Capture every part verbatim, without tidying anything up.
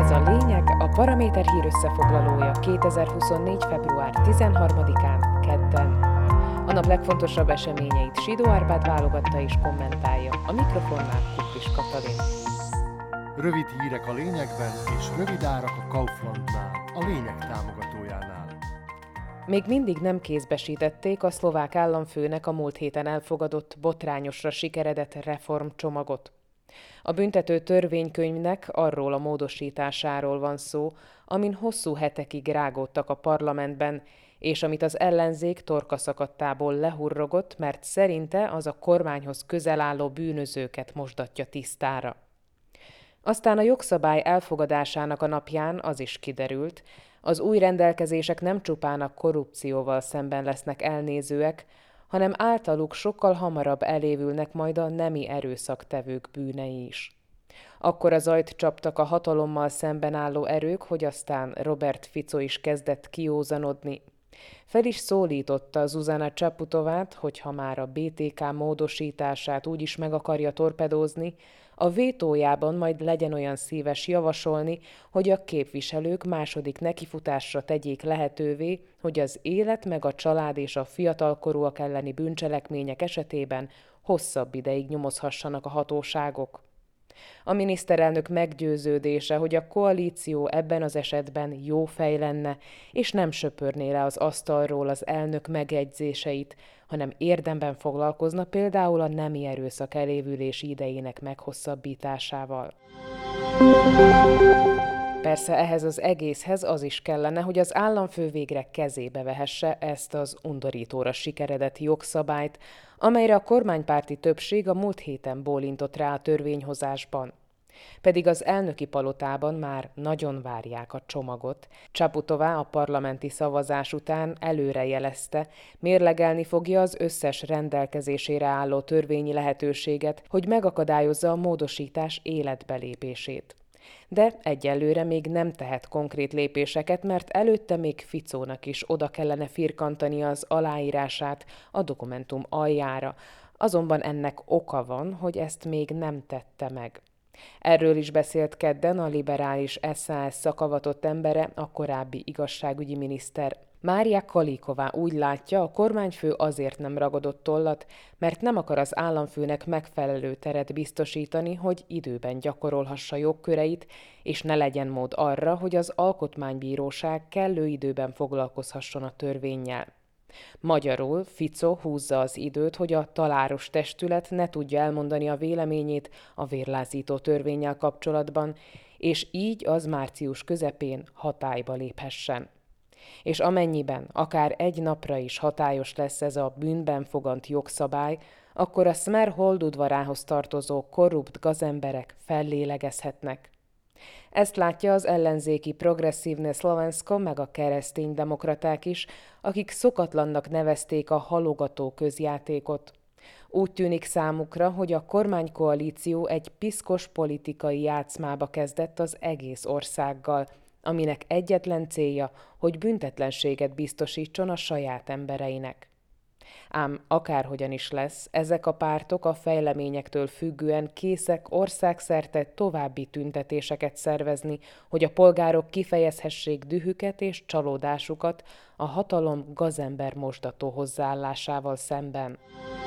Ez a lényeg, a Paraméter hír összefoglalója kétezer-huszonnégy. február tizenharmadikán, kedden. A nap legfontosabb eseményeit Sidó Árpád válogatta és kommentálja, a mikrofonnál Kuklis Katalin. Rövid hírek a lényegben és rövid árak a Kauflandnál, a lényeg támogatójánál. Még mindig nem kézbesítették a szlovák államfőnek a múlt héten elfogadott, botrányosra sikeredett reformcsomagot. A büntető törvénykönyvnek arról a módosításáról van szó, amin hosszú hetekig rágódtak a parlamentben, és amit az ellenzék torkaszakadtából lehurrogott, mert szerinte az a kormányhoz közel álló bűnözőket mosdatja tisztára. Aztán a jogszabály elfogadásának a napján az is kiderült, az új rendelkezések nem csupán a korrupcióval szemben lesznek elnézőek, hanem általuk sokkal hamarabb elévülnek majd a nemi erőszaktevők bűnei is. Akkora zajt csaptak a hatalommal szemben álló erők, hogy aztán Robert Fico is kezdett kiózanodni. Fel is szólította Zuzana Csaputovát, hogy ha már a bé té ká módosítását úgyis meg akarja torpedózni, a vétójában majd legyen olyan szíves javasolni, hogy a képviselők második nekifutásra tegyék lehetővé, hogy az élet meg a család és a fiatalkorúak elleni bűncselekmények esetében hosszabb ideig nyomozhassanak a hatóságok. A miniszterelnök meggyőződése, hogy a koalíció ebben az esetben jó fej lenne, és nem söpörné le az asztalról az elnök megjegyzéseit, hanem érdemben foglalkozna például a nemi erőszak elévülési idejének meghosszabbításával. Persze ehhez az egészhez az is kellene, hogy az államfő végre kezébe vehesse ezt az undorítóra sikeredett jogszabályt, amelyre a kormánypárti többség a múlt héten bólintott rá a törvényhozásban. Pedig az elnöki palotában már nagyon várják a csomagot. Csaputová a parlamenti szavazás után előrejelezte, mérlegelni fogja az összes rendelkezésére álló törvényi lehetőséget, hogy megakadályozza a módosítás életbelépését. De egyelőre még nem tehet konkrét lépéseket, mert előtte még Ficónak is oda kellene firkantani az aláírását a dokumentum aljára, azonban ennek oka van, hogy ezt még nem tette meg. Erről is beszélt kedden a liberális es zé á es szakavatott embere, a korábbi igazságügyi miniszter. Mária Kaliková úgy látja, a kormányfő azért nem ragadott tollat, mert nem akar az államfőnek megfelelő teret biztosítani, hogy időben gyakorolhassa jogköreit, és ne legyen mód arra, hogy az alkotmánybíróság kellő időben foglalkozhasson a törvénnyel. Magyarul Fico húzza az időt, hogy a taláros testület ne tudja elmondani a véleményét a vérlázító törvénnyel kapcsolatban, és így az március közepén hatályba léphessen. És amennyiben akár egy napra is hatályos lesz ez a bűnben fogant jogszabály, akkor a Smer holdudvarához tartozó korrupt gazemberek fellélegezhetnek. Ezt látja az ellenzéki Progressivne Slovensko meg a kereszténydemokraták is, akik szokatlannak nevezték a halogató közjátékot. Úgy tűnik számukra, hogy a kormánykoalíció egy piszkos politikai játszmába kezdett az egész országgal, aminek egyetlen célja, hogy büntetlenséget biztosítson a saját embereinek. Ám akárhogyan is lesz, ezek a pártok a fejleményektől függően készek országszerte további tüntetéseket szervezni, hogy a polgárok kifejezhessék dühüket és csalódásukat a hatalom gazember mosdató hozzáállásával szemben.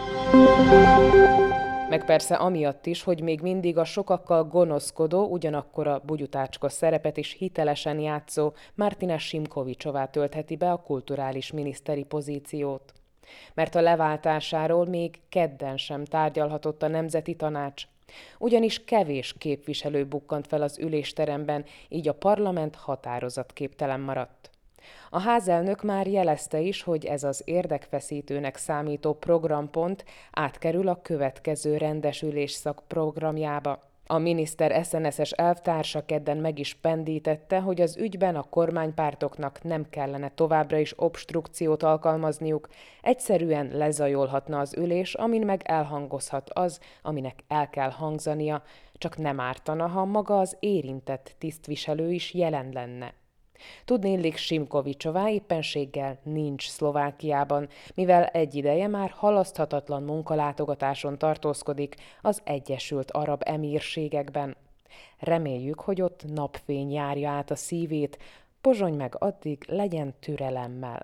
Meg persze amiatt is, hogy még mindig a sokakkal gonoszkodó, ugyanakkor a bugyutácska szerepet is hitelesen játszó Martina Simkovicsová töltheti be a kulturális miniszteri pozíciót. Mert a leváltásáról még kedden sem tárgyalhatott a Nemzeti Tanács. Ugyanis kevés képviselő bukkant fel az ülésteremben, így a parlament határozatképtelen maradt. A házelnök már jelezte is, hogy ez az érdekfeszítőnek számító programpont átkerül a következő rendes ülésszak programjába. A miniszter es en es-es elvtársa kedden meg is pendítette, hogy az ügyben a kormánypártoknak nem kellene továbbra is obstrukciót alkalmazniuk, egyszerűen lezajolhatna az ülés, amin meg elhangozhat az, aminek el kell hangzania, csak nem ártana, ha maga az érintett tisztviselő is jelen lenne. Tudniillik, Simkovicsová éppenséggel nincs Szlovákiában, mivel egy ideje már halaszthatatlan munkalátogatáson tartózkodik az Egyesült Arab Emírségekben. Reméljük, hogy ott napfény járja át a szívét, Pozsony meg addig legyen türelemmel.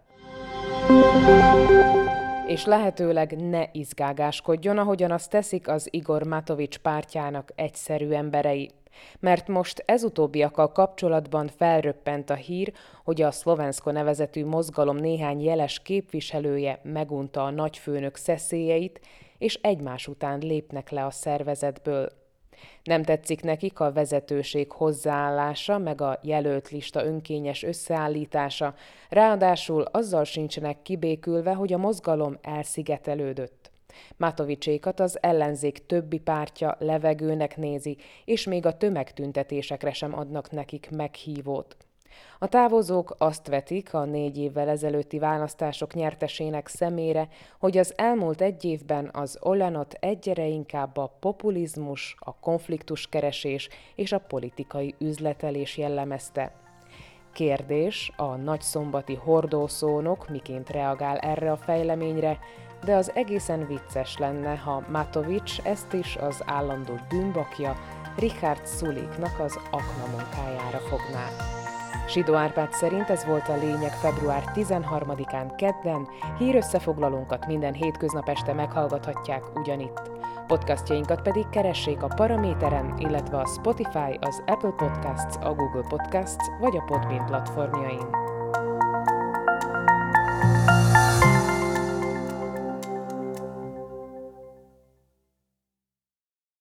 És lehetőleg ne izgágáskodjon, ahogyan azt teszik az Igor Matovics pártjának egyszerű emberei. Mert most ez utóbbiakkal kapcsolatban felröppent a hír, hogy a Szlovenszko nevezetű mozgalom néhány jeles képviselője megunta a nagyfőnök szeszélyeit, és egymás után lépnek le a szervezetből. Nem tetszik nekik a vezetőség hozzáállása, meg a jelölt lista önkényes összeállítása, ráadásul azzal sincsenek kibékülve, hogy a mozgalom elszigetelődött. Matovicsékat az ellenzék többi pártja levegőnek nézi, és még a tömegtüntetésekre sem adnak nekik meghívót. A távozók azt vetik a négy évvel ezelőtti választások nyertesének szemére, hogy az elmúlt egy évben az Olenot egyre inkább a populizmus, a konfliktuskeresés és a politikai üzletelés jellemezte. Kérdés, a nagyszombati hordószónok miként reagál erre a fejleményre, de az egészen vicces lenne, ha Matovics ezt is az állandó bűnbakja Richard Suliknak az aknamunkájára fogná. Sidó Árpád szerint ez volt a lényeg február tizenharmadikán kedden, hírösszefoglalónkat minden hétköznap este meghallgathatják ugyanitt. Podcastjainkat pedig keressék a Paraméteren, illetve a Spotify, az Apple Podcasts, a Google Podcasts vagy a Podbean platformjain.